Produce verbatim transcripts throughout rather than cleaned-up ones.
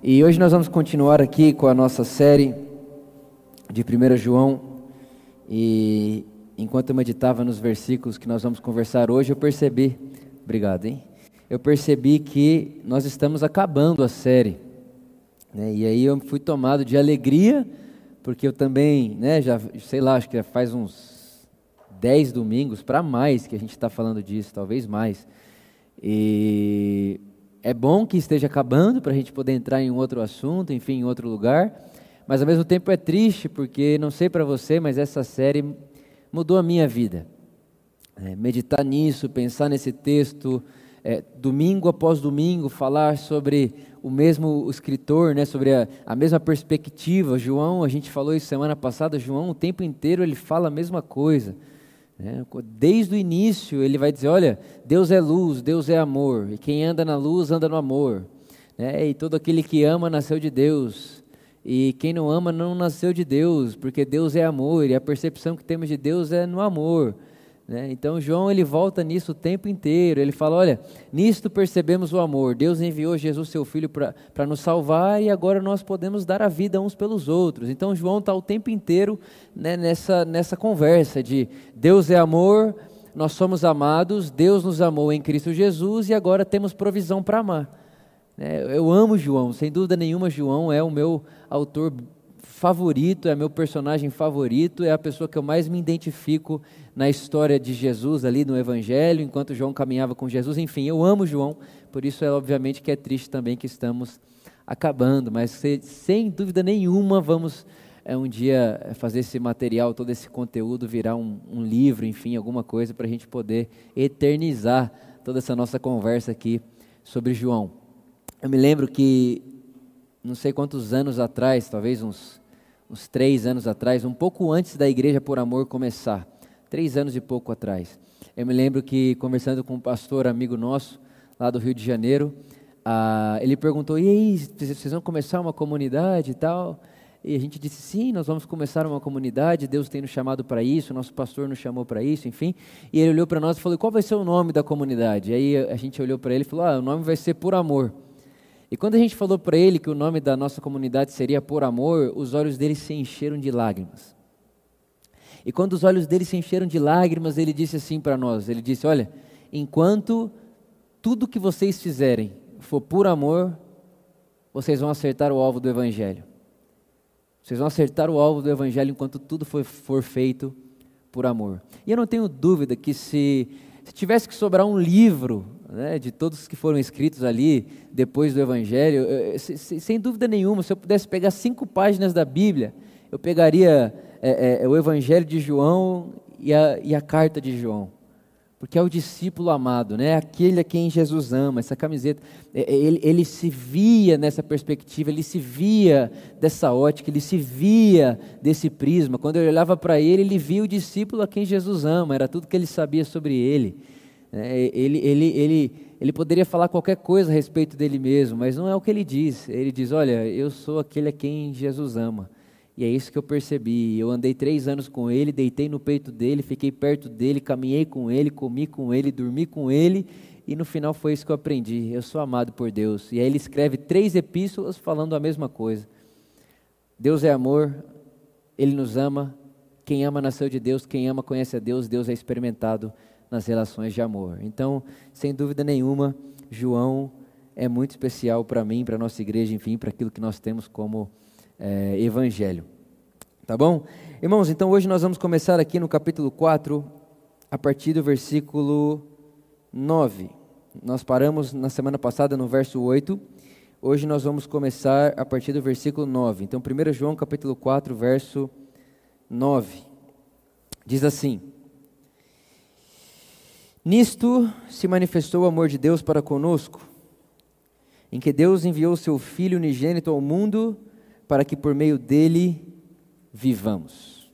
E hoje nós vamos continuar aqui com a nossa série de primeiro João. E enquanto eu meditava nos versículos que nós vamos conversar hoje, eu percebi, obrigado, hein? Eu percebi que nós estamos acabando a série, né? E aí eu fui tomado de alegria, porque eu também, né, já, sei lá, acho que já faz uns dez domingos para mais que a gente está falando disso, talvez mais. E é bom que esteja acabando para a gente poder entrar em um outro assunto, enfim, em outro lugar, mas ao mesmo tempo é triste porque, não sei para você, mas essa série mudou a minha vida. É, meditar nisso, pensar nesse texto, é, domingo após domingo, falar sobre o mesmo escritor, né, sobre a, a mesma perspectiva. João, a gente falou isso semana passada, João o tempo inteiro ele fala a mesma coisa. Desde o início ele vai dizer, olha, Deus é luz, Deus é amor, e quem anda na luz anda no amor, né? E todo aquele que ama nasceu de Deus, e quem não ama não nasceu de Deus, porque Deus é amor, e a percepção que temos de Deus é no amor, né? Então João ele volta nisso o tempo inteiro, ele fala, olha, nisto percebemos o amor, Deus enviou Jesus seu Filho para nos salvar, e agora nós podemos dar a vida uns pelos outros. Então João está o tempo inteiro, né, nessa, nessa conversa de Deus é amor, nós somos amados, Deus nos amou em Cristo Jesus e agora temos provisão para amar, né? Eu amo João, sem dúvida nenhuma João é o meu autor favorito, é meu personagem favorito, é a pessoa que eu mais me identifico na história de Jesus ali no Evangelho, enquanto João caminhava com Jesus. Enfim, eu amo João, por isso é obviamente que é triste também que estamos acabando, mas se, sem dúvida nenhuma vamos é, um dia fazer esse material, todo esse conteúdo virar um, um livro, enfim, alguma coisa para a gente poder eternizar toda essa nossa conversa aqui sobre João. Eu me lembro que não sei quantos anos atrás, talvez uns uns três anos atrás, um pouco antes da Igreja por Amor começar, três anos e pouco atrás, eu me lembro que conversando com um pastor amigo nosso, lá do Rio de Janeiro, ah, ele perguntou, e aí, vocês vão começar uma comunidade e tal? E a gente disse, sim, nós vamos começar uma comunidade, Deus tem nos chamado para isso, nosso pastor nos chamou para isso, enfim, e ele olhou para nós e falou, qual vai ser o nome da comunidade? E aí a gente olhou para ele e falou, ah, o nome vai ser Por Amor. E quando a gente falou para ele que o nome da nossa comunidade seria Por Amor, os olhos dele se encheram de lágrimas. E quando os olhos dele se encheram de lágrimas, ele disse assim para nós, ele disse, olha, enquanto tudo que vocês fizerem for por amor, vocês vão acertar o alvo do Evangelho. Vocês vão acertar o alvo do Evangelho enquanto tudo for, for feito por amor. E eu não tenho dúvida que se, se tivesse que sobrar um livro, né, de todos que foram escritos ali depois do Evangelho, eu, se, sem dúvida nenhuma, se eu pudesse pegar cinco páginas da Bíblia, eu pegaria é, é, o Evangelho de João e a, e a carta de João, porque é o discípulo amado, né, aquele a quem Jesus ama. Essa camiseta, é, ele, ele se via nessa perspectiva, ele se via dessa ótica, ele se via desse prisma. Quando ele olhava para ele, ele via o discípulo a quem Jesus ama, era tudo que ele sabia sobre ele. Ele, ele, ele, ele poderia falar qualquer coisa a respeito dele mesmo, mas não é o que ele diz. Ele diz, olha, eu sou aquele a quem Jesus ama. E é isso que eu percebi. Eu andei três anos com ele, deitei no peito dele, fiquei perto dele, caminhei com ele, comi com ele, dormi com ele, e no final foi isso que eu aprendi. Eu sou amado por Deus. E aí ele escreve três epístolas falando a mesma coisa. Deus é amor, Ele nos ama, quem ama nasceu de Deus, quem ama conhece a Deus, Deus é experimentado nas relações de amor. Então, sem dúvida nenhuma, João é muito especial para mim, para a nossa igreja, enfim, para aquilo que nós temos como é, evangelho. Tá bom? Irmãos, então hoje nós vamos começar aqui no capítulo quatro, a partir do versículo nove. Nós paramos na semana passada no verso oito, hoje nós vamos começar a partir do versículo nove. Então, primeiro João capítulo quatro, verso nove, diz assim: Nisto se manifestou o amor de Deus para conosco, em que Deus enviou o seu Filho unigênito ao mundo para que por meio dele vivamos.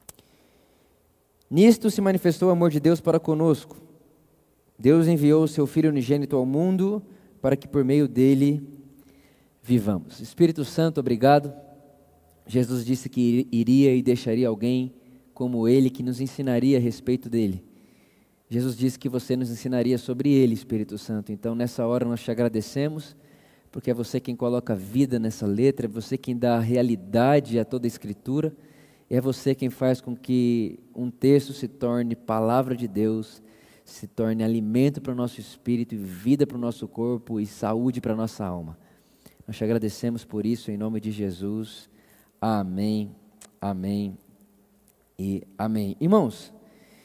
Nisto se manifestou o amor de Deus para conosco. Deus enviou o seu Filho unigênito ao mundo para que por meio dele vivamos. Espírito Santo, obrigado. Jesus disse que iria e deixaria alguém como ele que nos ensinaria a respeito dele. Jesus disse que você nos ensinaria sobre ele, Espírito Santo. Então, nessa hora, nós te agradecemos porque é você quem coloca vida nessa letra, é você quem dá realidade a toda a Escritura, e é você quem faz com que um texto se torne palavra de Deus, se torne alimento para o nosso espírito, vida para o nosso corpo e saúde para a nossa alma. Nós te agradecemos por isso, em nome de Jesus. Amém, amém e amém. Irmãos,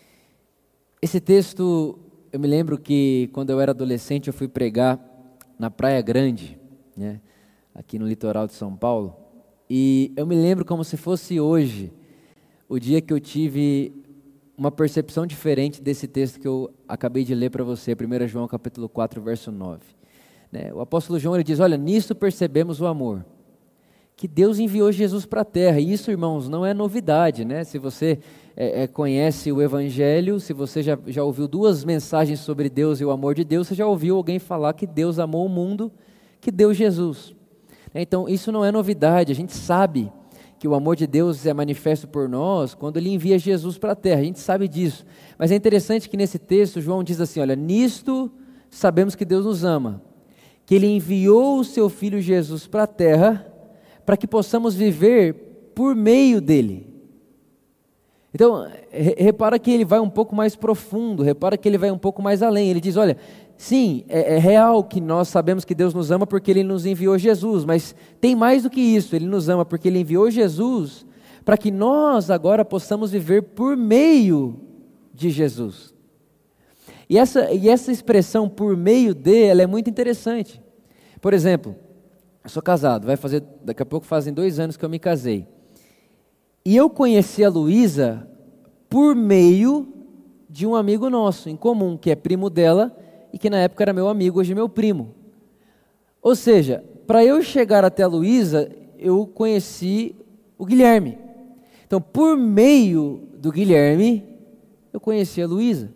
esse texto, eu me lembro que quando eu era adolescente eu fui pregar na Praia Grande, né, aqui no litoral de São Paulo, e eu me lembro como se fosse hoje, o dia que eu tive uma percepção diferente desse texto que eu acabei de ler para você, primeiro João capítulo quatro, verso nove. Né, o apóstolo João ele diz, olha, nisto percebemos o amor, que Deus enviou Jesus para a terra, e isso, irmãos, não é novidade, né? Se você é, é, conhece o Evangelho, se você já, já ouviu duas mensagens sobre Deus e o amor de Deus, você já ouviu alguém falar que Deus amou o mundo, que deu Jesus. Então, isso não é novidade, a gente sabe que o amor de Deus é manifesto por nós quando Ele envia Jesus para a terra, a gente sabe disso. Mas é interessante que nesse texto, João diz assim, olha, nisto sabemos que Deus nos ama, que Ele enviou o Seu Filho Jesus para a terra, para que possamos viver por meio dele. Então, repara que ele vai um pouco mais profundo, repara que ele vai um pouco mais além. Ele diz, olha, sim, é, é real que nós sabemos que Deus nos ama porque Ele nos enviou Jesus, mas tem mais do que isso, Ele nos ama porque Ele enviou Jesus, para que nós agora possamos viver por meio de Jesus. E essa, e essa expressão por meio de, ela é muito interessante. Por exemplo, eu sou casado, vai fazer, daqui a pouco fazem dois anos que eu me casei. E eu conheci a Luísa por meio de um amigo nosso, em comum, que é primo dela e que na época era meu amigo, hoje é meu primo. Ou seja, para eu chegar até a Luísa, eu conheci o Guilherme. Então, por meio do Guilherme, eu conheci a Luísa.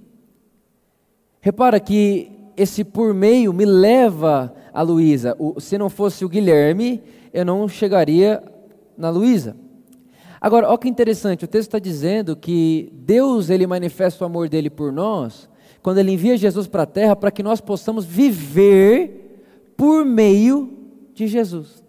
Repara que esse por meio me leva a Luísa. Se não fosse o Guilherme, eu não chegaria na Luísa. Agora, olha que interessante, o texto está dizendo que Deus ele manifesta o amor dele por nós, quando Ele envia Jesus para a terra, para que nós possamos viver por meio de Jesus.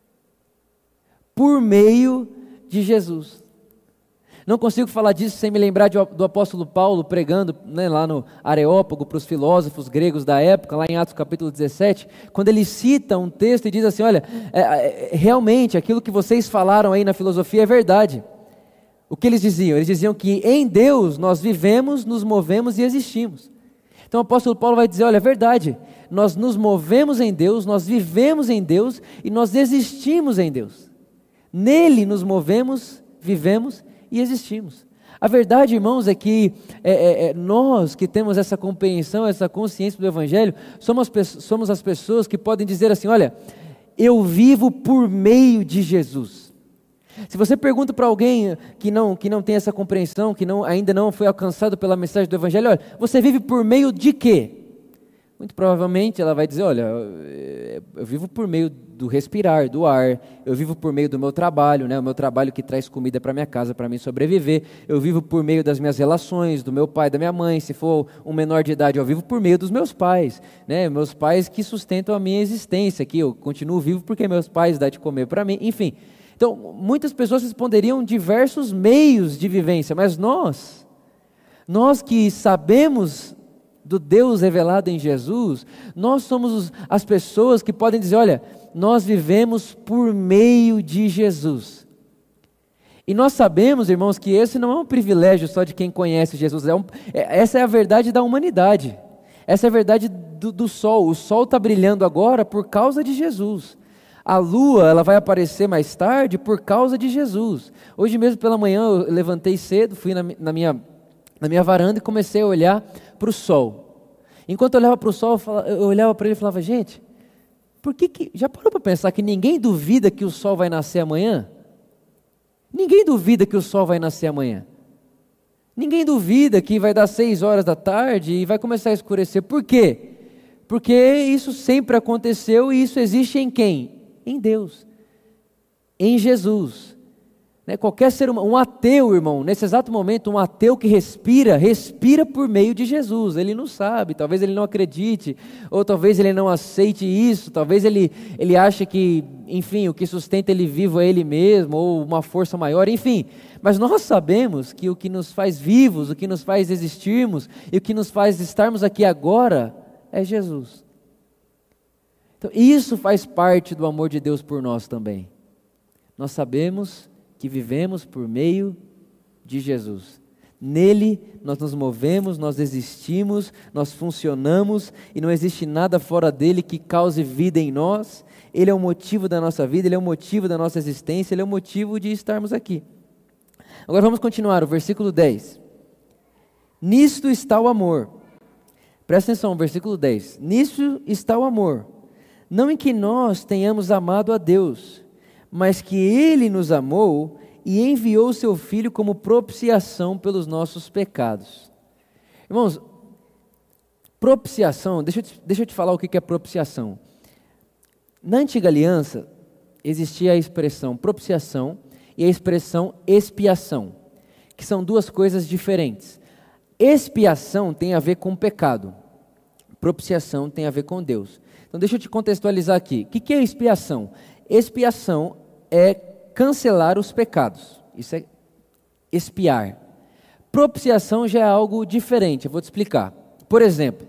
Por meio de Jesus. Não consigo falar disso sem me lembrar de, do apóstolo Paulo pregando, né, lá no Areópago para os filósofos gregos da época, lá em Atos capítulo dezessete, quando ele cita um texto e diz assim, olha, é, é, realmente aquilo que vocês falaram aí na filosofia é verdade. O que eles diziam? Eles diziam que em Deus nós vivemos, nos movemos e existimos. Então o apóstolo Paulo vai dizer, olha, é verdade, nós nos movemos em Deus, nós vivemos em Deus e nós existimos em Deus. Nele nos movemos, vivemos e existimos. A verdade, irmãos, é que é, é, é, nós que temos essa compreensão, essa consciência do Evangelho, somos, somos as pessoas que podem dizer assim, olha, eu vivo por meio de Jesus. Se você pergunta para alguém que não, que não tem essa compreensão, que não, ainda não foi alcançado pela mensagem do Evangelho, olha, você vive por meio de quê? Muito provavelmente ela vai dizer, olha, eu vivo por meio do respirar, do ar, eu vivo por meio do meu trabalho, né? O meu trabalho que traz comida para minha casa, para mim sobreviver, eu vivo por meio das minhas relações, do meu pai, da minha mãe, se for um menor de idade, eu vivo por meio dos meus pais, né? Meus pais que sustentam a minha existência aqui, eu continuo vivo porque meus pais dão de comer para mim, enfim. Então, muitas pessoas responderiam diversos meios de vivência, mas nós, nós que sabemos do Deus revelado em Jesus, nós somos as pessoas que podem dizer, olha, nós vivemos por meio de Jesus. E nós sabemos, irmãos, que esse não é um privilégio só de quem conhece Jesus, é um, é, essa é a verdade da humanidade, essa é a verdade do, do sol, o sol está brilhando agora por causa de Jesus. A lua, ela vai aparecer mais tarde por causa de Jesus. Hoje mesmo pela manhã eu levantei cedo, fui na, na, minha, na minha varanda e comecei a olhar para o sol. Enquanto eu olhava para o sol, eu, falava, eu olhava para ele e falava, gente, por que que, já parou para pensar que ninguém duvida que o sol vai nascer amanhã? Ninguém duvida que o sol vai nascer amanhã. Ninguém duvida que vai dar seis horas da tarde e vai começar a escurecer. Por quê? Porque isso sempre aconteceu e isso existe em quem? Em Deus, em Jesus. Né? Qualquer ser humano, um ateu, irmão, nesse exato momento, um ateu que respira, respira por meio de Jesus. Ele não sabe, talvez ele não acredite, ou talvez ele não aceite isso, talvez ele, ele ache que, enfim, o que sustenta ele vivo é ele mesmo, ou uma força maior, enfim. Mas nós sabemos que o que nos faz vivos, o que nos faz existirmos, e o que nos faz estarmos aqui agora, é Jesus. Então, isso faz parte do amor de Deus por nós também. Nós sabemos que vivemos por meio de Jesus. Nele nós nos movemos, nós existimos, nós funcionamos e não existe nada fora dele que cause vida em nós. Ele é o motivo da nossa vida, ele é o motivo da nossa existência, ele é o motivo de estarmos aqui. Agora vamos continuar, o versículo dez. Nisto está o amor. Presta atenção, versículo dez. Nisto está o amor, não em que nós tenhamos amado a Deus, mas que Ele nos amou e enviou o Seu Filho como propiciação pelos nossos pecados. Irmãos, propiciação, deixa eu te, deixa eu te falar o que é propiciação. Na antiga aliança, existia a expressão propiciação e a expressão expiação, que são duas coisas diferentes. Expiação tem a ver com pecado, propiciação tem a ver com Deus. Então deixa eu te contextualizar aqui. O que é expiação? Expiação é cancelar os pecados, isso é expiar. Propiciação já é algo diferente, eu vou te explicar. Por exemplo,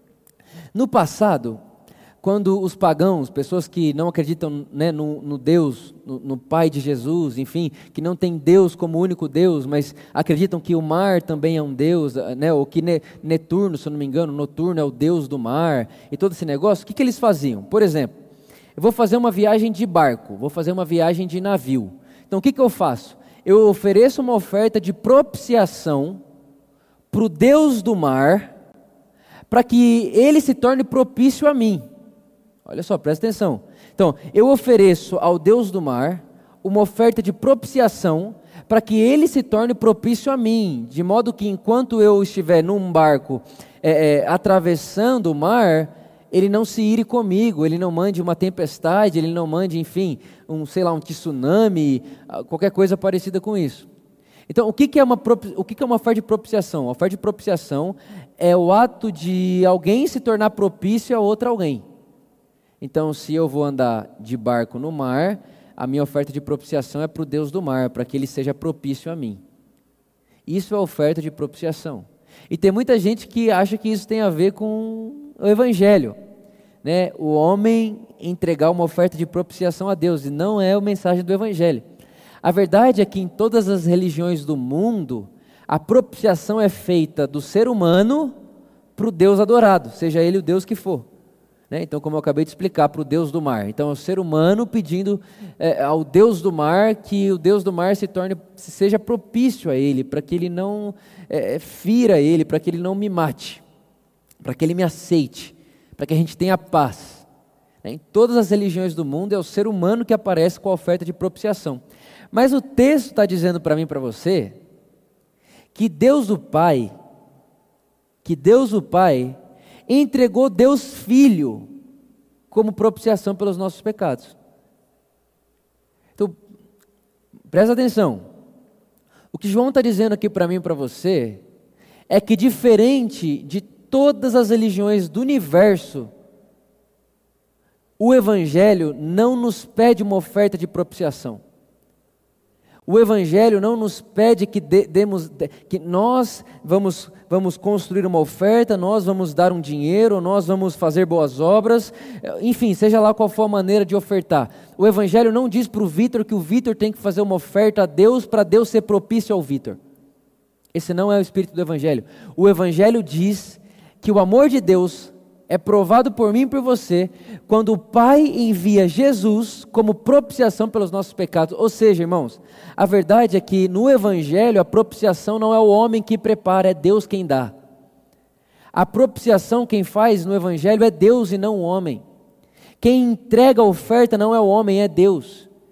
no passado, quando os pagãos, pessoas que não acreditam, né, no, no Deus, no, no Pai de Jesus, enfim, que não tem Deus como único Deus, mas acreditam que o mar também é um Deus, né, ou que Netuno, se eu não me engano, Noturno é o Deus do mar, e todo esse negócio, o que, que eles faziam? Por exemplo, eu vou fazer uma viagem de barco, vou fazer uma viagem de navio. Então o que, que eu faço? Eu ofereço uma oferta de propiciação para o Deus do mar, para que ele se torne propício a mim. Olha só, presta atenção. Então, eu ofereço ao Deus do mar uma oferta de propiciação para que ele se torne propício a mim, de modo que enquanto eu estiver num barco é, é, atravessando o mar, ele não se ire comigo, ele não mande uma tempestade, ele não mande, enfim, um, sei lá, um tsunami, qualquer coisa parecida com isso. Então, o que, que é uma, o que, que é uma oferta de propiciação? A oferta de propiciação é o ato de alguém se tornar propício a outro alguém. Então, se eu vou andar de barco no mar, a minha oferta de propiciação é para o Deus do mar, para que ele seja propício a mim. Isso é a oferta de propiciação. E tem muita gente que acha que isso tem a ver com o Evangelho, né? O homem entregar uma oferta de propiciação a Deus, e não é a mensagem do Evangelho. A verdade é que em todas as religiões do mundo, a propiciação é feita do ser humano para o Deus adorado, seja ele o Deus que for. Né? Então, como eu acabei de explicar, para o Deus do mar. Então, é o ser humano pedindo é, ao Deus do mar que o Deus do mar se torne, seja propício a ele, para que ele não é, fira ele, para que ele não me mate, para que ele me aceite, para que a gente tenha paz. Né? Em todas as religiões do mundo, é o ser humano que aparece com a oferta de propiciação. Mas o texto está dizendo para mim e para você que Deus o Pai, que Deus o Pai entregou Deus Filho como propiciação pelos nossos pecados. Então, presta atenção. O que João está dizendo aqui para mim e para você é que, diferente de todas as religiões do universo, o Evangelho não nos pede uma oferta de propiciação. O Evangelho não nos pede que, de, demos, que nós vamos, vamos construir uma oferta, nós vamos dar um dinheiro, nós vamos fazer boas obras, enfim, seja lá qual for a maneira de ofertar. O Evangelho não diz para o Vitor que o Vitor tem que fazer uma oferta a Deus para Deus ser propício ao Vitor. Esse não é o espírito do Evangelho. O Evangelho diz que o amor de Deus é provado por mim e por você quando o Pai envia Jesus como propiciação pelos nossos pecados. Ou seja, irmãos, a verdade é que no Evangelho a propiciação não é o homem que prepara, é Deus quem dá. A propiciação quem faz no Evangelho é Deus e não o homem. Quem entrega a oferta não é o homem, é Deus.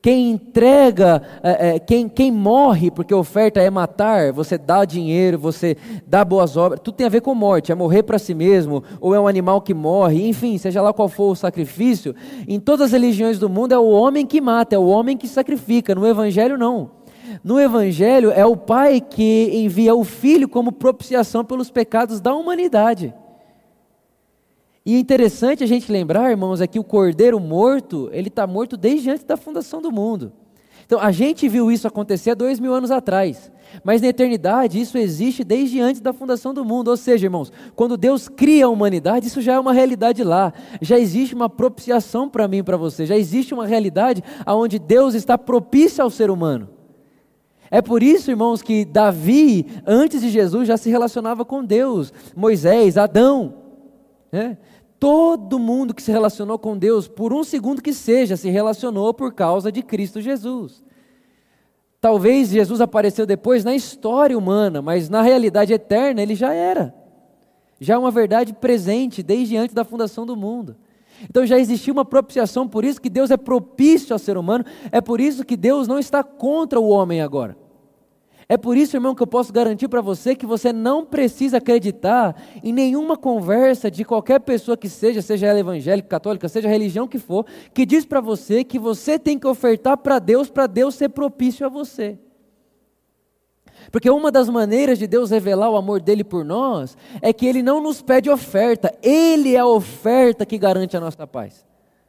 Quem entrega, é, é, quem, quem morre, porque a oferta é matar, você dá dinheiro, você dá boas obras, tudo tem a ver com morte, é morrer para si mesmo, ou é um animal que morre, enfim, seja lá qual for o sacrifício. Em todas as religiões do mundo é o homem que mata, é o homem que sacrifica, no Evangelho não. No Evangelho é o Pai que envia o Filho como propiciação pelos pecados da humanidade. E é interessante a gente lembrar, irmãos, é que o cordeiro morto, ele está morto desde antes da fundação do mundo. Então, a gente viu isso acontecer há dois mil anos atrás, mas na eternidade isso existe desde antes da fundação do mundo. Ou seja, irmãos, quando Deus cria a humanidade, isso já é uma realidade lá, já existe uma propiciação para mim e para você, já existe uma realidade onde Deus está propício ao ser humano. É por isso, irmãos, que Davi, antes de Jesus, já se relacionava com Deus, Moisés, Adão, né? Todo mundo que se relacionou com Deus, por um segundo que seja, se relacionou por causa de Cristo Jesus. Talvez Jesus apareceu depois na história humana, mas na realidade eterna ele já era. Já é uma verdade presente desde antes da fundação do mundo. Então já existia uma propiciação, por isso que Deus é propício ao ser humano, é por isso que Deus não está contra o homem agora. É por isso, irmão, que eu posso garantir para você que você não precisa acreditar em nenhuma conversa de qualquer pessoa que seja, seja ela evangélica, católica, seja a religião que for, que diz para você que você tem que ofertar para Deus, para Deus ser propício a você. Porque uma das maneiras de Deus revelar o amor dele por nós, é que ele não nos pede oferta, ele é a oferta que garante a nossa paz.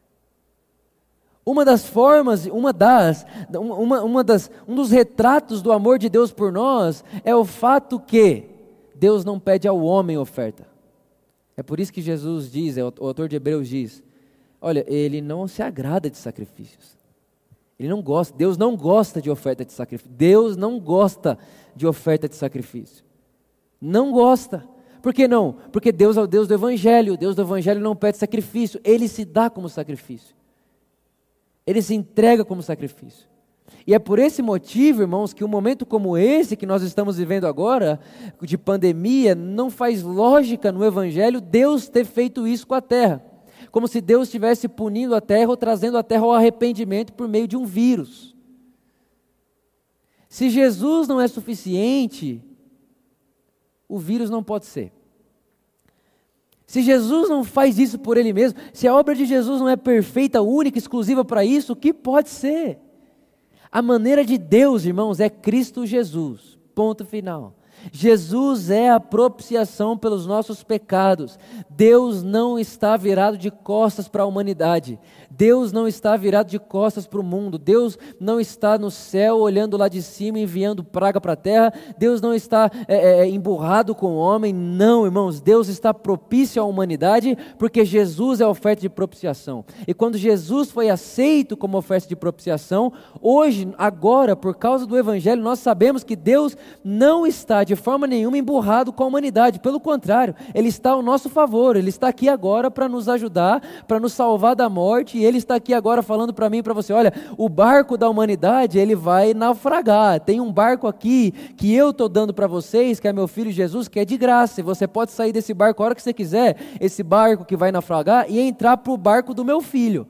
Uma das formas, uma das, uma, uma das, um dos retratos do amor de Deus por nós é o fato que Deus não pede ao homem oferta. É por isso que Jesus diz, o autor de Hebreus diz, olha, ele não se agrada de sacrifícios. Ele não gosta, Deus não gosta de oferta de sacrifício. Deus não gosta de oferta de sacrifício. Não gosta. Por que não? Porque Deus é o Deus do Evangelho. O Deus do Evangelho não pede sacrifício, ele se dá como sacrifício. Ele se entrega como sacrifício. E é por esse motivo, irmãos, que um momento como esse que nós estamos vivendo agora, de pandemia, não faz lógica no Evangelho Deus ter feito isso com a terra. Como se Deus estivesse punindo a terra ou trazendo a terra ao arrependimento por meio de um vírus. Se Jesus não é suficiente, o vírus não pode ser. Se Jesus não faz isso por Ele mesmo, se a obra de Jesus não é perfeita, única, exclusiva para isso, o que pode ser? A maneira de Deus, irmãos, é Cristo Jesus, ponto final. Jesus é a propiciação pelos nossos pecados. Deus não está virado de costas para a humanidade. Deus não está virado de costas para o mundo. Deus não está no céu olhando lá de cima, enviando praga para a terra. Deus não está é, é, emburrado com o homem. Não, irmãos, Deus está propício à humanidade, porque Jesus é a oferta de propiciação. E quando Jesus foi aceito como oferta de propiciação, hoje, agora, por causa do Evangelho, nós sabemos que Deus não está de forma nenhuma emburrado com a humanidade. Pelo contrário, Ele está ao nosso favor. Ele está aqui agora para nos ajudar, para nos salvar da morte. E Ele está aqui agora falando para mim e para você, olha, o barco da humanidade, ele vai naufragar. Tem um barco aqui que eu estou dando para vocês, que é meu filho Jesus, que é de graça. E você pode sair desse barco a hora que você quiser, esse barco que vai naufragar, e entrar para o barco do meu filho.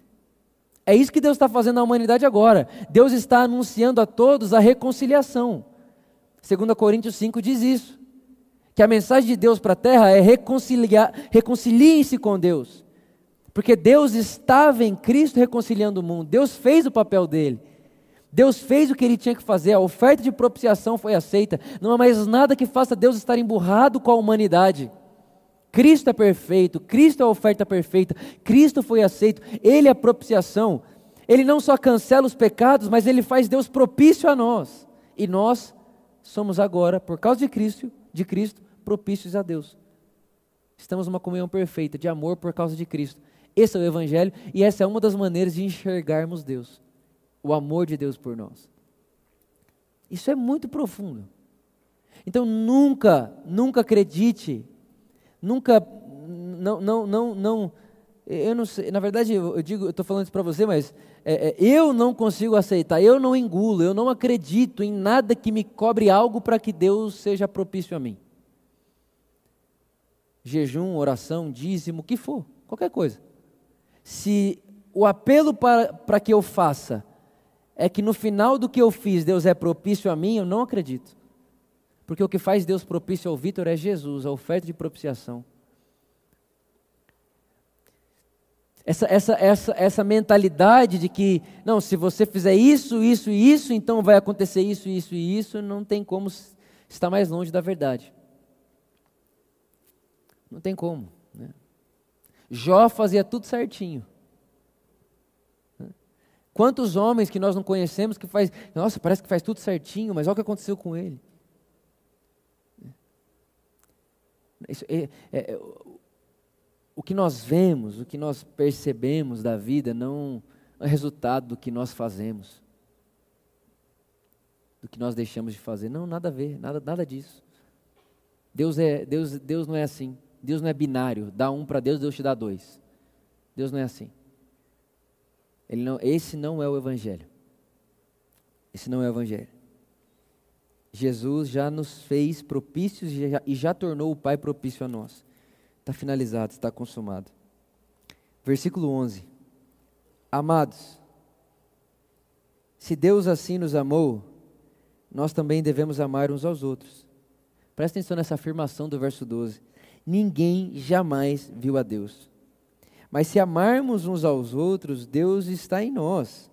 É isso que Deus está fazendo na humanidade agora. Deus está anunciando a todos a reconciliação. Segundo Coríntios cinco diz isso, que a mensagem de Deus para a terra é reconciliar, reconciliem-se com Deus, porque Deus estava em Cristo reconciliando o mundo. Deus fez o papel dele, Deus fez o que ele tinha que fazer, a oferta de propiciação foi aceita, não há mais nada que faça Deus estar emburrado com a humanidade. Cristo é perfeito, Cristo é a oferta perfeita, Cristo foi aceito, Ele é a propiciação. Ele não só cancela os pecados, mas Ele faz Deus propício a nós, e nós somos agora, por causa de Cristo, de Cristo, propícios a Deus. Estamos numa comunhão perfeita de amor por causa de Cristo. Esse é o Evangelho, e essa é uma das maneiras de enxergarmos Deus, o amor de Deus por nós. Isso é muito profundo. Então nunca, nunca acredite, nunca, não, não, não, não, eu não sei, na verdade eu digo, eu estou falando isso para você, mas é, é, eu não consigo aceitar, eu não engulo, eu não acredito em nada que me cobre algo para que Deus seja propício a mim. Jejum, oração, dízimo, o que for, qualquer coisa. Se o apelo para, para que eu faça é que no final do que eu fiz, Deus é propício a mim, eu não acredito. Porque o que faz Deus propício ao Vitor é Jesus, a oferta de propiciação. Essa, essa, essa, essa mentalidade de que, não, se você fizer isso, isso e isso, então vai acontecer isso, isso e isso, não tem como estar mais longe da verdade. Não tem como, né? Jó fazia tudo certinho. Quantos homens que nós não conhecemos que faz, nossa, parece que faz tudo certinho, mas olha o que aconteceu com ele. Isso é, é, é, o que nós vemos, o que nós percebemos da vida não é resultado do que nós fazemos, do que nós deixamos de fazer. Não, nada a ver, nada, nada disso. Deus, é, Deus, Deus não é assim. Deus não é binário, dá um para Deus, Deus te dá dois. Deus não é assim. Ele não, esse não é o Evangelho. Esse não é o Evangelho. Jesus já nos fez propícios e já, e já tornou o Pai propício a nós. Está finalizado, está consumado. Versículo onze. Amados, se Deus assim nos amou, nós também devemos amar uns aos outros. Presta atenção nessa afirmação do verso doze. Ninguém jamais viu a Deus. Mas se amarmos uns aos outros, Deus está em nós.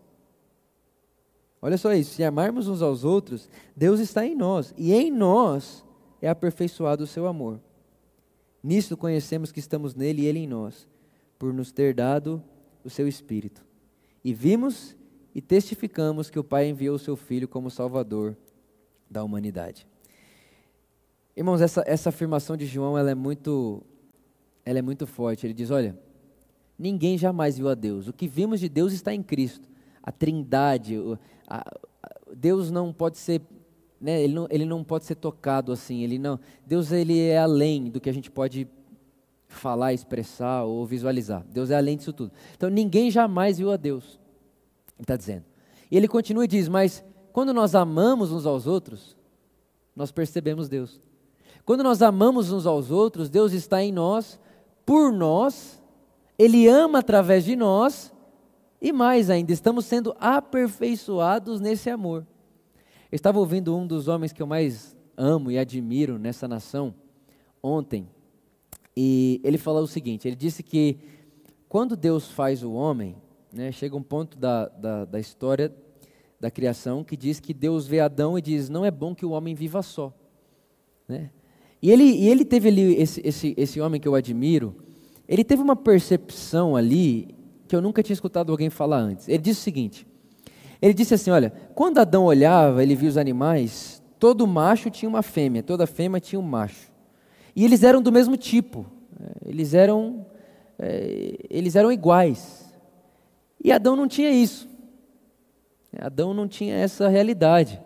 Olha só isso, se amarmos uns aos outros, Deus está em nós. E em nós é aperfeiçoado o seu amor. Nisto conhecemos que estamos nele e ele em nós, por nos ter dado o seu Espírito. E vimos e testificamos que o Pai enviou o seu Filho como Salvador da humanidade. Irmãos, essa, essa afirmação de João, ela é muito, ela é muito forte. Ele diz, olha, ninguém jamais viu a Deus. O que vimos de Deus está em Cristo. A trindade, a, a, Deus não pode ser, né, ele, não, ele não pode ser tocado assim. Ele não, Deus ele é além do que a gente pode falar, expressar ou visualizar. Deus é além disso tudo. Então ninguém jamais viu a Deus. Ele está dizendo. E ele continua e diz, mas quando nós amamos uns aos outros, nós percebemos Deus. Quando nós amamos uns aos outros, Deus está em nós, por nós, Ele ama através de nós, e mais ainda, estamos sendo aperfeiçoados nesse amor. Eu estava ouvindo um dos homens que eu mais amo e admiro nessa nação, ontem, e ele falou o seguinte, ele disse que quando Deus faz o homem, né, chega um ponto da, da, da história da criação que diz que Deus vê Adão e diz, não é bom que o homem viva só, né? E ele, e ele teve ali, esse, esse, esse homem que eu admiro, ele teve uma percepção ali, que eu nunca tinha escutado alguém falar antes. Ele disse o seguinte, ele disse assim, olha, quando Adão olhava, ele via os animais, todo macho tinha uma fêmea, toda fêmea tinha um macho. E eles eram do mesmo tipo, eles eram, é, eles eram iguais. E Adão não tinha isso. Adão não tinha essa realidade.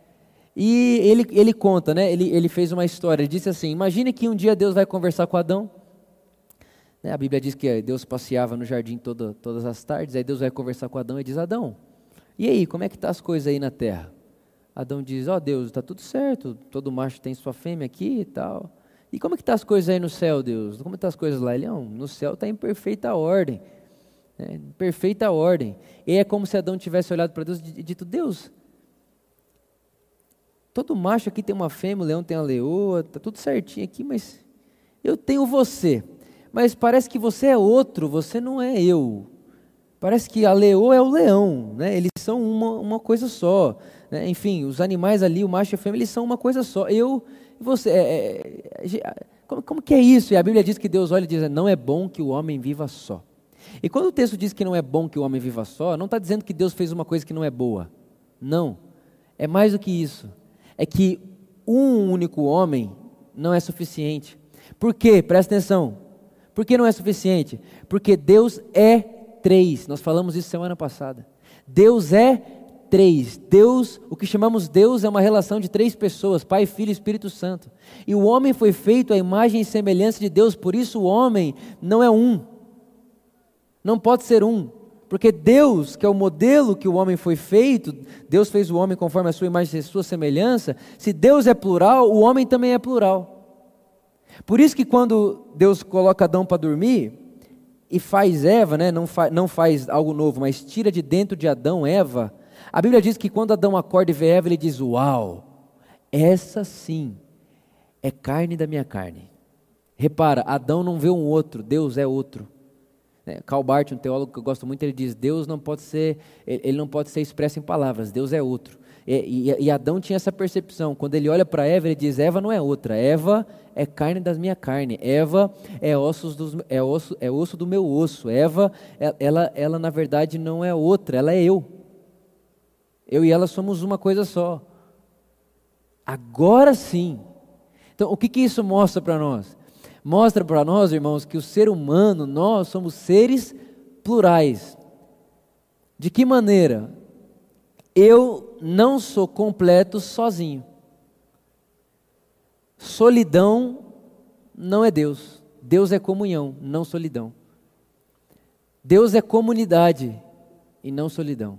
E ele, ele conta, né? ele, ele fez uma história, ele disse assim, imagine que um dia Deus vai conversar com Adão, né? A Bíblia diz que Deus passeava no jardim toda, todas as tardes, aí Deus vai conversar com Adão e diz, Adão, e aí, como é que estão as coisas aí na terra? Adão diz, ó oh, Deus, está tudo certo, todo macho tem sua fêmea aqui e tal, e como é que estão as coisas aí no céu, Deus? Como estão as coisas lá? Ele, não, no céu está em perfeita ordem, né? Perfeita ordem, e é como se Adão tivesse olhado para Deus e dito, Deus, todo macho aqui tem uma fêmea, o leão tem a leoa, está tudo certinho aqui, mas eu tenho você. Mas parece que você é outro, você não é eu. Parece que a leoa é o leão, né? Eles são uma, uma coisa só. Né? Enfim, os animais ali, o macho e a fêmea, eles são uma coisa só. Eu e você. É, é, como, como que é isso? E a Bíblia diz que Deus olha e diz, não é bom que o homem viva só. E quando o texto diz que não é bom que o homem viva só, não está dizendo que Deus fez uma coisa que não é boa. Não. É mais do que isso. É que um único homem não é suficiente. Por quê? Presta atenção. Por que não é suficiente? Porque Deus é três. Nós falamos isso semana passada. Deus é três. Deus, o que chamamos Deus é uma relação de três pessoas, Pai, Filho e Espírito Santo. E o homem foi feito à imagem e semelhança de Deus, por isso o homem não é um. Não pode ser um. Porque Deus, que é o modelo que o homem foi feito, Deus fez o homem conforme a sua imagem e a sua semelhança, se Deus é plural, o homem também é plural. Por isso que quando Deus coloca Adão para dormir, e faz Eva, né, não, fa, não faz algo novo, mas tira de dentro de Adão, Eva, A Bíblia diz que quando Adão acorda e vê Eva, ele diz, uau, essa sim é carne da minha carne. Repara, Adão não vê um outro, Deus é outro. Karl Barth, um teólogo que eu gosto muito, ele diz, Deus não pode ser, ele não pode ser expresso em palavras, Deus é outro. E, e, e Adão tinha essa percepção, quando ele olha para Eva, ele diz, Eva não é outra, Eva é carne da minha carne, Eva é, ossos dos, é, osso, é osso do meu osso, Eva, ela, ela na verdade não é outra, ela é eu. Eu e ela somos uma coisa só. Agora sim. Então, o que, que isso mostra para nós? Mostra para nós, irmãos, que o ser humano, nós somos seres plurais. De que maneira? Eu não sou completo sozinho. Solidão não é Deus. Deus é comunhão, não solidão. Deus é comunidade e não solidão.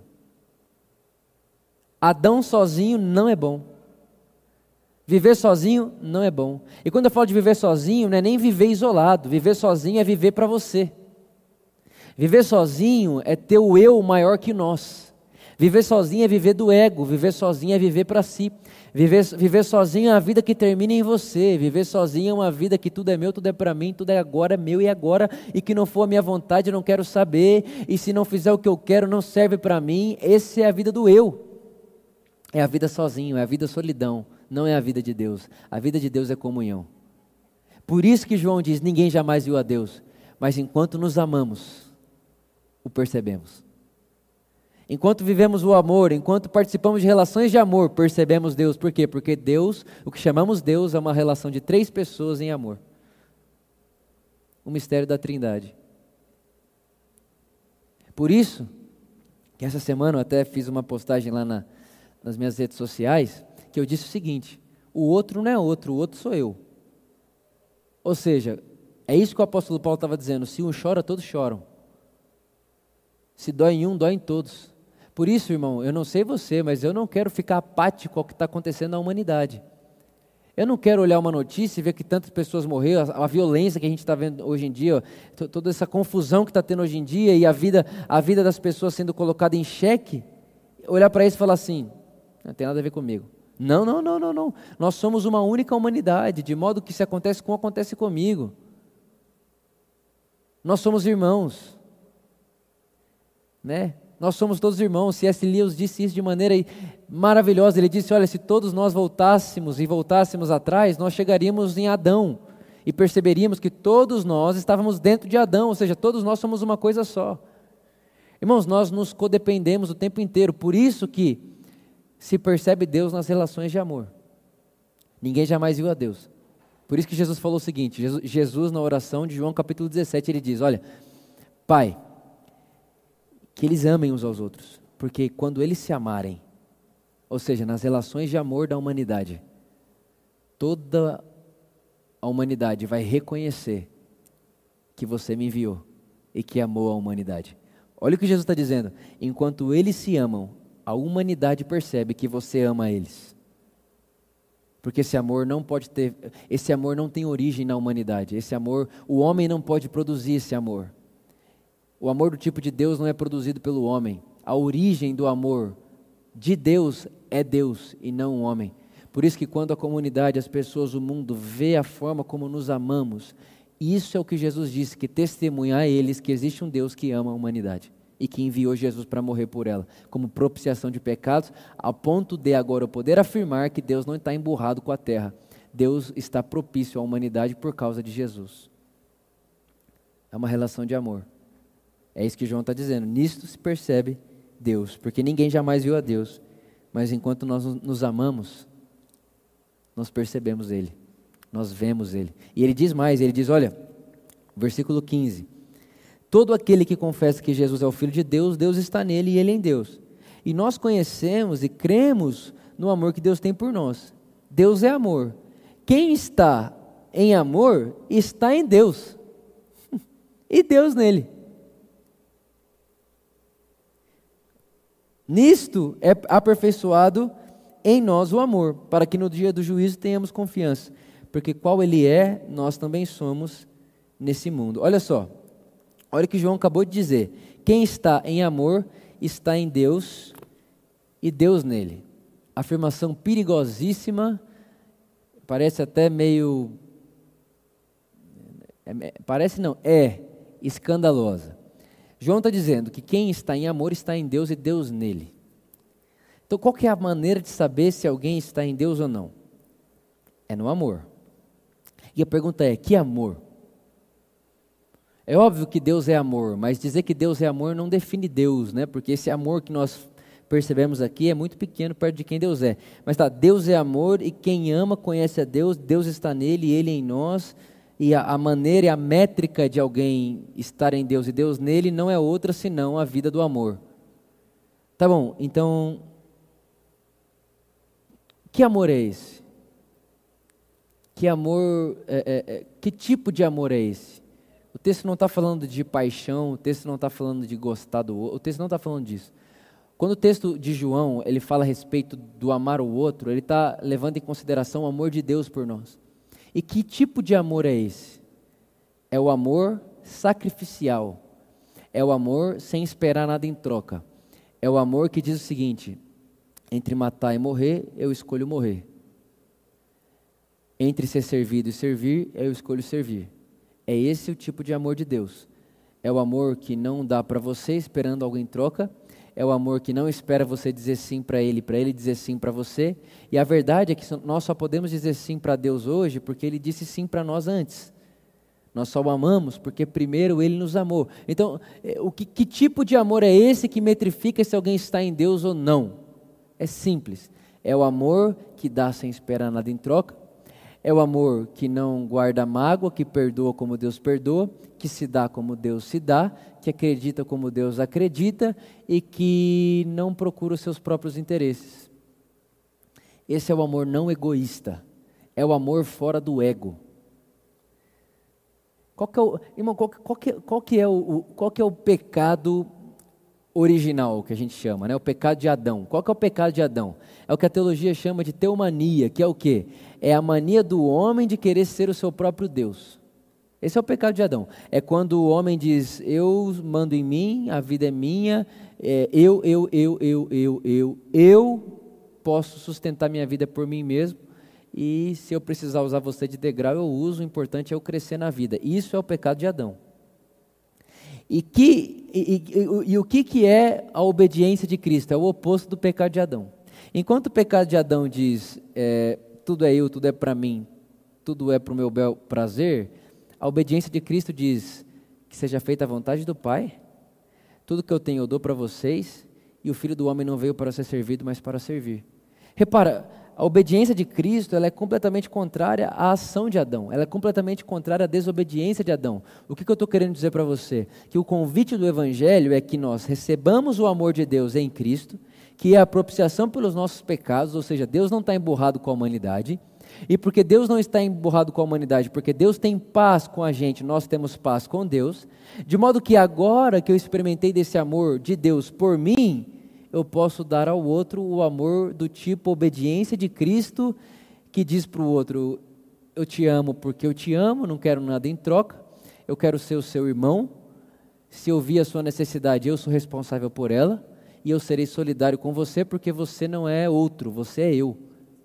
Adão sozinho não é bom. Viver sozinho não é bom. E quando eu falo de viver sozinho, não é nem viver isolado. Viver sozinho é viver para você. Viver sozinho é ter o eu maior que nós. Viver sozinho é viver do ego. Viver sozinho é viver para si. Viver, viver sozinho é uma vida que termina em você. Viver sozinho é uma vida que tudo é meu, tudo é para mim, tudo é agora, é meu e agora. E que não for a minha vontade, eu não quero saber. E se não fizer o que eu quero, não serve para mim. Essa é a vida do eu. É a vida sozinho, é a vida solidão. Não é a vida de Deus. A vida de Deus é comunhão. Por isso que João diz, ninguém jamais viu a Deus. Mas enquanto nos amamos, o percebemos. Enquanto vivemos o amor, enquanto participamos de relações de amor, percebemos Deus. Por quê? Porque Deus, o que chamamos Deus, é uma relação de três pessoas em amor. O mistério da Trindade. Por isso, que essa semana eu até fiz uma postagem lá na, nas minhas redes sociais, que eu disse o seguinte, o outro não é outro, o outro sou eu. Ou seja, é isso que o apóstolo Paulo estava dizendo, se um chora, todos choram. Se dói em um, dói em todos. Por isso, irmão, eu não sei você, mas eu não quero ficar apático ao que está acontecendo na humanidade. Eu não quero olhar uma notícia e ver que tantas pessoas morreram, a, a violência que a gente está vendo hoje em dia, ó, toda essa confusão que está tendo hoje em dia e a vida, a vida das pessoas sendo colocada em xeque, olhar para isso e falar assim, não tem nada a ver comigo. Não, não, não, não, não. Nós somos uma única humanidade, de modo que se acontece com, acontece comigo. Nós somos irmãos. Né? Nós somos todos irmãos. C S Lewis disse isso de maneira maravilhosa. Ele disse, olha, se todos nós voltássemos e voltássemos atrás, nós chegaríamos em Adão e perceberíamos que todos nós estávamos dentro de Adão, ou seja, todos nós somos uma coisa só. Irmãos, nós nos codependemos o tempo inteiro, por isso que se percebe Deus nas relações de amor. Ninguém jamais viu a Deus. Por isso que Jesus falou o seguinte, Jesus, Jesus na oração de João capítulo dezessete, ele diz, olha, Pai, que eles amem uns aos outros, porque quando eles se amarem, ou seja, nas relações de amor da humanidade, toda a humanidade vai reconhecer que você me enviou e que amou a humanidade. Olha o que Jesus está dizendo, enquanto eles se amam, a humanidade percebe que você ama eles. Porque esse amor não pode ter, esse amor não tem origem na humanidade. Esse amor, o homem não pode produzir esse amor. O amor do tipo de Deus não é produzido pelo homem. A origem do amor de Deus é Deus e não o homem. Por isso que quando a comunidade, as pessoas, o mundo vê a forma como nos amamos, isso é o que Jesus disse, que testemunha a eles que existe um Deus que ama a humanidade. E que enviou Jesus para morrer por ela, como propiciação de pecados, ao ponto de agora eu poder afirmar que Deus não está emburrado com a terra. Deus está propício à humanidade por causa de Jesus. É uma relação de amor. É isso que João está dizendo. Nisto se percebe Deus, porque ninguém jamais viu a Deus, mas enquanto nós nos amamos, nós percebemos Ele, nós vemos Ele. E Ele diz mais, Ele diz, olha, versículo quinze, todo aquele que confessa que Jesus é o Filho de Deus, Deus está nele e ele em Deus. E nós conhecemos e cremos no amor que Deus tem por nós. Deus é amor. Quem está em amor, está em Deus. E Deus nele. Nisto é aperfeiçoado em nós o amor, para que no dia do juízo tenhamos confiança. Porque qual ele é, nós também somos nesse mundo. Olha só. Olha o que João acabou de dizer, quem está em amor está em Deus e Deus nele. Afirmação perigosíssima, parece até meio, é, parece não, é escandalosa. João está dizendo que quem está em amor está em Deus e Deus nele. Então qual que é a maneira de saber se alguém está em Deus ou não? É no amor. E a pergunta é, que amor? É óbvio que Deus é amor, mas dizer que Deus é amor não define Deus, né? Porque esse amor que nós percebemos aqui é muito pequeno perto de quem Deus é. Mas tá, Deus é amor e quem ama conhece a Deus, Deus está nele e ele em nós. E a, a maneira e a métrica de alguém estar em Deus e Deus nele não é outra senão a vida do amor. Tá bom, então, que amor é esse? Que amor, é, é, é, que tipo de amor é esse? O texto não está falando de paixão, o texto não está falando de gostar do outro, o texto não está falando disso. Quando o texto de João, ele fala a respeito do amar o outro, ele está levando em consideração o amor de Deus por nós. E que tipo de amor é esse? É o amor sacrificial. É o amor sem esperar nada em troca. É o amor que diz o seguinte: entre matar e morrer, eu escolho morrer. Entre ser servido e servir, eu escolho servir. É esse o tipo de amor de Deus. É o amor que não dá para você esperando algo em troca. É o amor que não espera você dizer sim para Ele, para Ele dizer sim para você. E a verdade é que nós só podemos dizer sim para Deus hoje porque Ele disse sim para nós antes. Nós só o amamos porque primeiro Ele nos amou. Então, o que, que tipo de amor é esse que metrifica se alguém está em Deus ou não? É simples. É o amor que dá sem esperar nada em troca. É o amor que não guarda mágoa, que perdoa como Deus perdoa, que se dá como Deus se dá, que acredita como Deus acredita e que não procura os seus próprios interesses. Esse é o amor não egoísta, é o amor fora do ego. Qual que é o, irmão, qual, qual, que, qual, que é o, qual que é o pecado original, que a gente chama, né? O pecado de Adão. Qual que é o pecado de Adão? É o que a teologia chama de teomania, que é o quê? É a mania do homem de querer ser o seu próprio Deus. Esse é o pecado de Adão. É quando o homem diz, eu mando em mim, a vida é minha, é, eu, eu, eu, eu, eu, eu, eu posso sustentar minha vida por mim mesmo, e se eu precisar usar você de degrau, eu uso, o importante é eu crescer na vida. Isso é o pecado de Adão. E, que, e, e, e, e o que, que é a obediência de Cristo? É o oposto do pecado de Adão. Enquanto o pecado de Adão diz, é, tudo é eu, tudo é para mim, tudo é para o meu bel prazer, a obediência de Cristo diz que seja feita a vontade do Pai, tudo que eu tenho eu dou para vocês, e o Filho do Homem não veio para ser servido, mas para servir. Repara, a obediência de Cristo ela é completamente contrária à ação de Adão, ela é completamente contrária à desobediência de Adão. O que, que eu estou querendo dizer para você? Que o convite do Evangelho é que nós recebamos o amor de Deus em Cristo, que é a propiciação pelos nossos pecados, ou seja, Deus não está emburrado com a humanidade, e porque Deus não está emburrado com a humanidade, porque Deus tem paz com a gente, nós temos paz com Deus, de modo que agora que eu experimentei desse amor de Deus por mim, eu posso dar ao outro o amor do tipo obediência de Cristo, que diz para o outro, eu te amo porque eu te amo, não quero nada em troca, eu quero ser o seu irmão, se eu vi a sua necessidade, eu sou responsável por ela, e eu serei solidário com você, porque você não é outro, você é eu.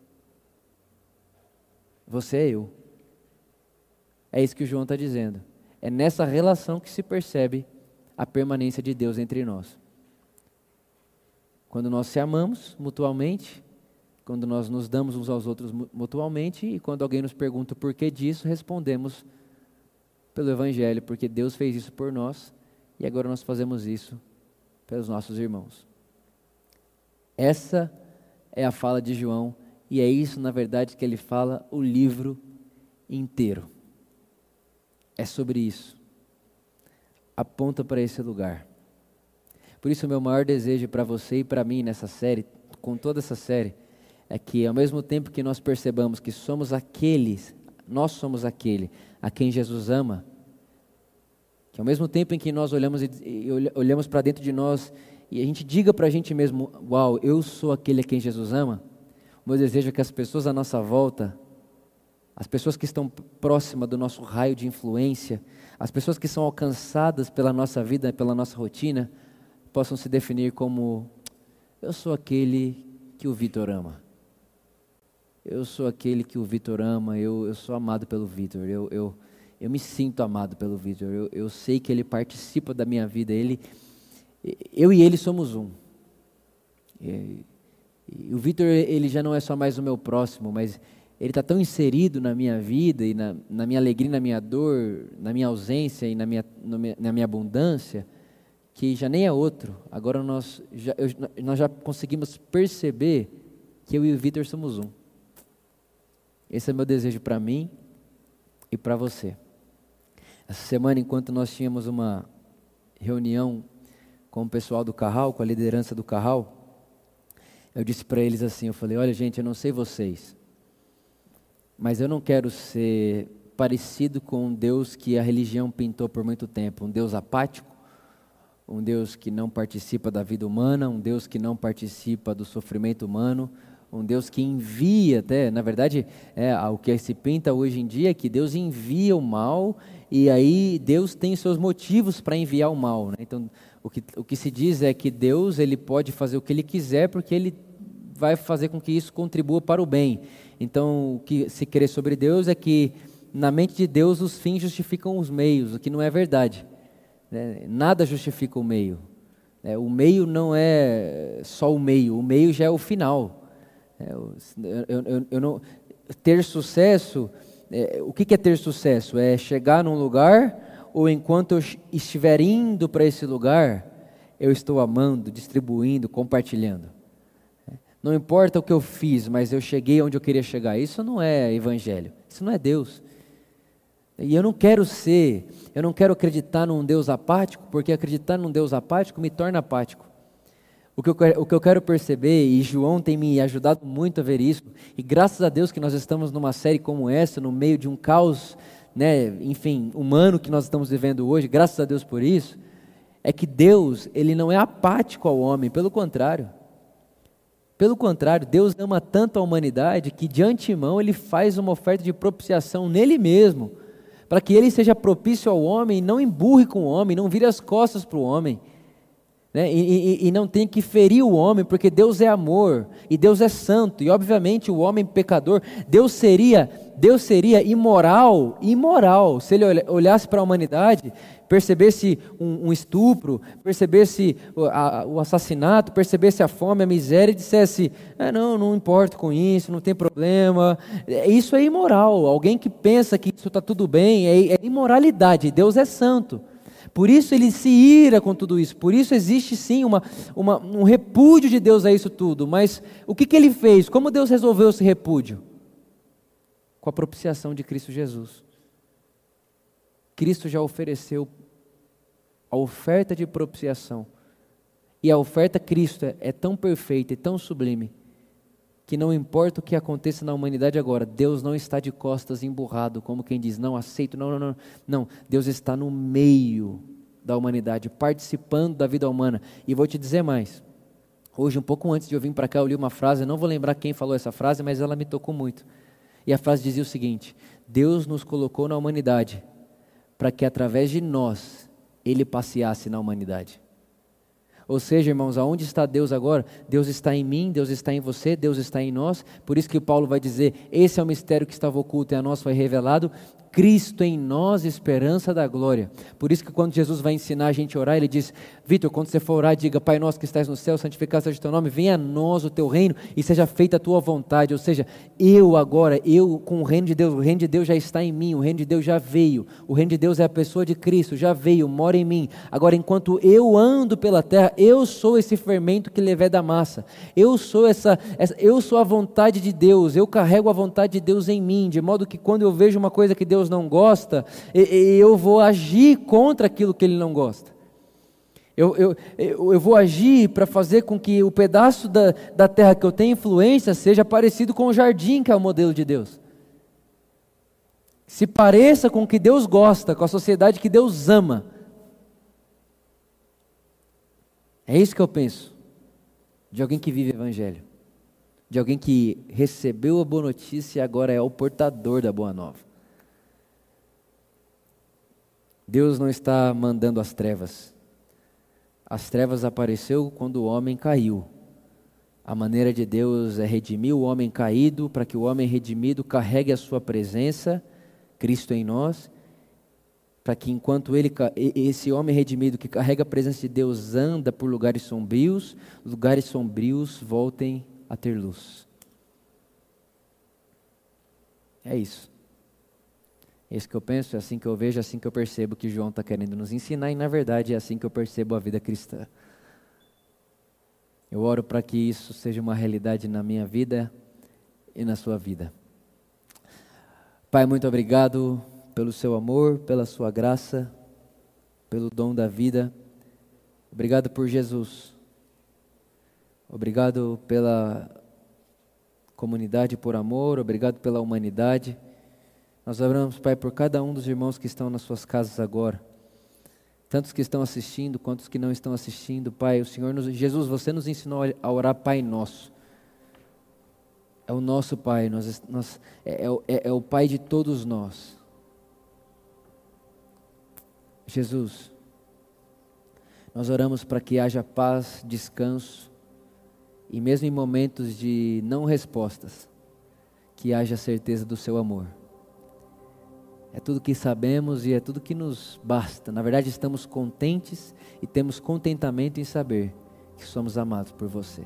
Você é eu. É isso que o João está dizendo. É nessa relação que se percebe a permanência de Deus entre nós. Quando nós se amamos mutuamente, quando nós nos damos uns aos outros mutuamente, e quando alguém nos pergunta o porquê disso, respondemos pelo Evangelho, porque Deus fez isso por nós, e agora nós fazemos isso pelos nossos irmãos. Essa é a fala de João, e é isso, na verdade, que ele fala o livro inteiro. É sobre isso. Aponta para esse lugar. Por isso, o meu maior desejo para você e para mim nessa série, com toda essa série, é que ao mesmo tempo que nós percebamos que somos aqueles, nós somos aquele a quem Jesus ama, que ao mesmo tempo em que nós olhamos, e, e olhamos para dentro de nós e a gente diga para a gente mesmo, uau, eu sou aquele a quem Jesus ama, o meu desejo é que as pessoas à nossa volta, as pessoas que estão próximas do nosso raio de influência, as pessoas que são alcançadas pela nossa vida, pela nossa rotina, possam se definir como, Eu sou aquele que o Vitor ama. Eu sou aquele que o Vitor ama, eu, eu sou amado pelo Vitor, eu, eu, eu me sinto amado pelo Vitor, eu, eu sei que ele participa da minha vida, ele, eu e ele somos um. E, e o Vitor, ele já não é só mais o meu próximo, mas ele está tão inserido na minha vida, e na, na minha alegria, na minha dor, na minha ausência e na minha, no, na minha abundância, que já nem é outro. Agora nós já, eu, nós já conseguimos perceber que eu e o Vitor somos um. Esse é meu desejo para mim e para você. Essa semana, enquanto nós tínhamos uma reunião com o pessoal do Carral, com a liderança do Carral, eu disse para eles assim, eu falei, olha gente, eu não sei vocês, mas eu não quero ser parecido com um Deus que a religião pintou por muito tempo, um Deus apático, um Deus que não participa da vida humana, um Deus que não participa do sofrimento humano, um Deus que envia até, na verdade, é, o que se pinta hoje em dia é que Deus envia o mal e aí Deus tem seus motivos para enviar o mal, né? Então, o que, o que se diz é que Deus ele pode fazer o que Ele quiser porque Ele vai fazer com que isso contribua para o bem. Então, o que se crê sobre Deus é que na mente de Deus os fins justificam os meios, o que não é verdade, né? Nada justifica o meio, né? O meio não é só o meio, o meio já é o final. Eu, eu, eu, eu não, ter sucesso, é, o que, que é ter sucesso? É chegar num lugar, ou enquanto eu estiver indo para esse lugar, eu estou amando, distribuindo, compartilhando. Não importa o que eu fiz, mas eu cheguei onde eu queria chegar. Isso não é evangelho, isso não é Deus. E eu não quero ser, eu não quero acreditar num Deus apático, porque acreditar num Deus apático me torna apático. O que, eu, o que eu quero perceber, e João tem me ajudado muito a ver isso, e graças a Deus que nós estamos numa série como essa, no meio de um caos, né, enfim, humano que nós estamos vivendo hoje, graças a Deus por isso, é que Deus, Ele não é apático ao homem, pelo contrário. Pelo contrário, Deus ama tanto a humanidade que de antemão Ele faz uma oferta de propiciação nele mesmo, para que Ele seja propício ao homem e não emburre com o homem, não vire as costas para o homem. Né? E, e, e não tem que ferir o homem, porque Deus é amor, e Deus é santo, e obviamente o homem pecador, Deus seria, Deus seria imoral, imoral, se Ele olhasse para a humanidade, percebesse um, um estupro, percebesse o, a, o assassinato, percebesse a fome, a miséria, e dissesse, ah, não, não importo com isso, não tem problema, isso é imoral. Alguém que pensa que isso está tudo bem, é, é imoralidade. Deus é santo. Por isso Ele se ira com tudo isso, por isso existe sim uma, uma, um repúdio de Deus a isso tudo, mas o que, que Ele fez? Como Deus resolveu esse repúdio? Com a propiciação de Cristo Jesus. Cristo já ofereceu a oferta de propiciação, e a oferta Cristo é, é tão perfeita e tão sublime, que não importa o que aconteça na humanidade agora, Deus não está de costas emburrado, como quem diz, não aceito, não, não, não, não, Deus está no meio da humanidade, participando da vida humana. E vou te dizer mais, hoje um pouco antes de eu vir para cá, eu li uma frase, eu não vou lembrar quem falou essa frase, mas ela me tocou muito, e a frase dizia o seguinte, Deus nos colocou na humanidade, para que através de nós, Ele passeasse na humanidade. Ou seja, irmãos, aonde está Deus agora? Deus está em mim, Deus está em você, Deus está em nós. Por isso que Paulo vai dizer, esse é o mistério que estava oculto e a nós foi revelado, Cristo em nós, esperança da glória. Por isso que quando Jesus vai ensinar a gente a orar, Ele diz, Vitor, quando você for orar, diga, Pai nosso que estás no céu, santificado seja o teu nome, venha a nós o teu reino e seja feita a tua vontade. Ou seja, eu agora, eu com o reino de Deus, o reino de Deus já está em mim, o reino de Deus já veio, o reino de Deus é a pessoa de Cristo, já veio, mora em mim. Agora, enquanto eu ando pela terra, eu sou esse fermento que leveda a massa, eu sou essa, essa, eu sou a vontade de Deus, eu carrego a vontade de Deus em mim, de modo que quando eu vejo uma coisa que Deus não gosta, eu vou agir contra aquilo que Ele não gosta. Eu, eu, eu, eu vou agir para fazer com que o pedaço da, da terra que eu tenho influência seja parecido com o jardim que é o modelo de Deus. Se pareça com o que Deus gosta, com a sociedade que Deus ama. É isso que eu penso de alguém que vive o Evangelho, de alguém que recebeu a boa notícia e agora é o portador da boa nova. Deus não está mandando as trevas. As trevas apareceu quando o homem caiu. A maneira de Deus é redimir o homem caído, para que o homem redimido carregue a sua presença, Cristo em nós, para que enquanto ele, esse homem redimido que carrega a presença de Deus anda por lugares sombrios, lugares sombrios voltem a ter luz. É isso. É isso que eu penso, é assim que eu vejo, é assim que eu percebo que João está querendo nos ensinar, e na verdade é assim que eu percebo a vida cristã. Eu oro para que isso seja uma realidade na minha vida e na sua vida. Pai, muito obrigado pelo seu amor, pela sua graça, pelo dom da vida. Obrigado por Jesus. Obrigado pela comunidade por amor, obrigado pela humanidade. Nós oramos, Pai, por cada um dos irmãos que estão nas suas casas agora. Tantos que estão assistindo, quantos que não estão assistindo, Pai. O Senhor nos, Jesus, você nos ensinou a orar Pai Nosso. É o nosso Pai, nós, nós, é, é, é o Pai de todos nós. Jesus, nós oramos para que haja paz, descanso, e mesmo em momentos de não respostas, que haja certeza do seu amor. É tudo que sabemos e é tudo que nos basta. Na verdade, estamos contentes e temos contentamento em saber que somos amados por você.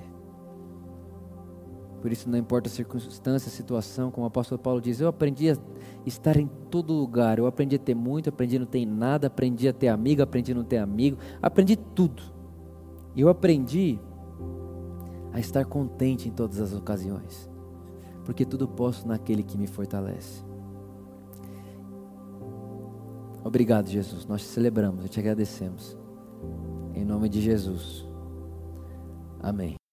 Por isso, não importa a circunstância, a situação, como o apóstolo Paulo diz, eu aprendi a estar em todo lugar. Eu aprendi a ter muito, aprendi a não ter nada, aprendi a ter amigo, aprendi a não ter amigo, aprendi tudo. E eu aprendi a estar contente em todas as ocasiões, porque tudo posso naquele que me fortalece. Obrigado, Jesus, nós te celebramos e te agradecemos. Em nome de Jesus. Amém.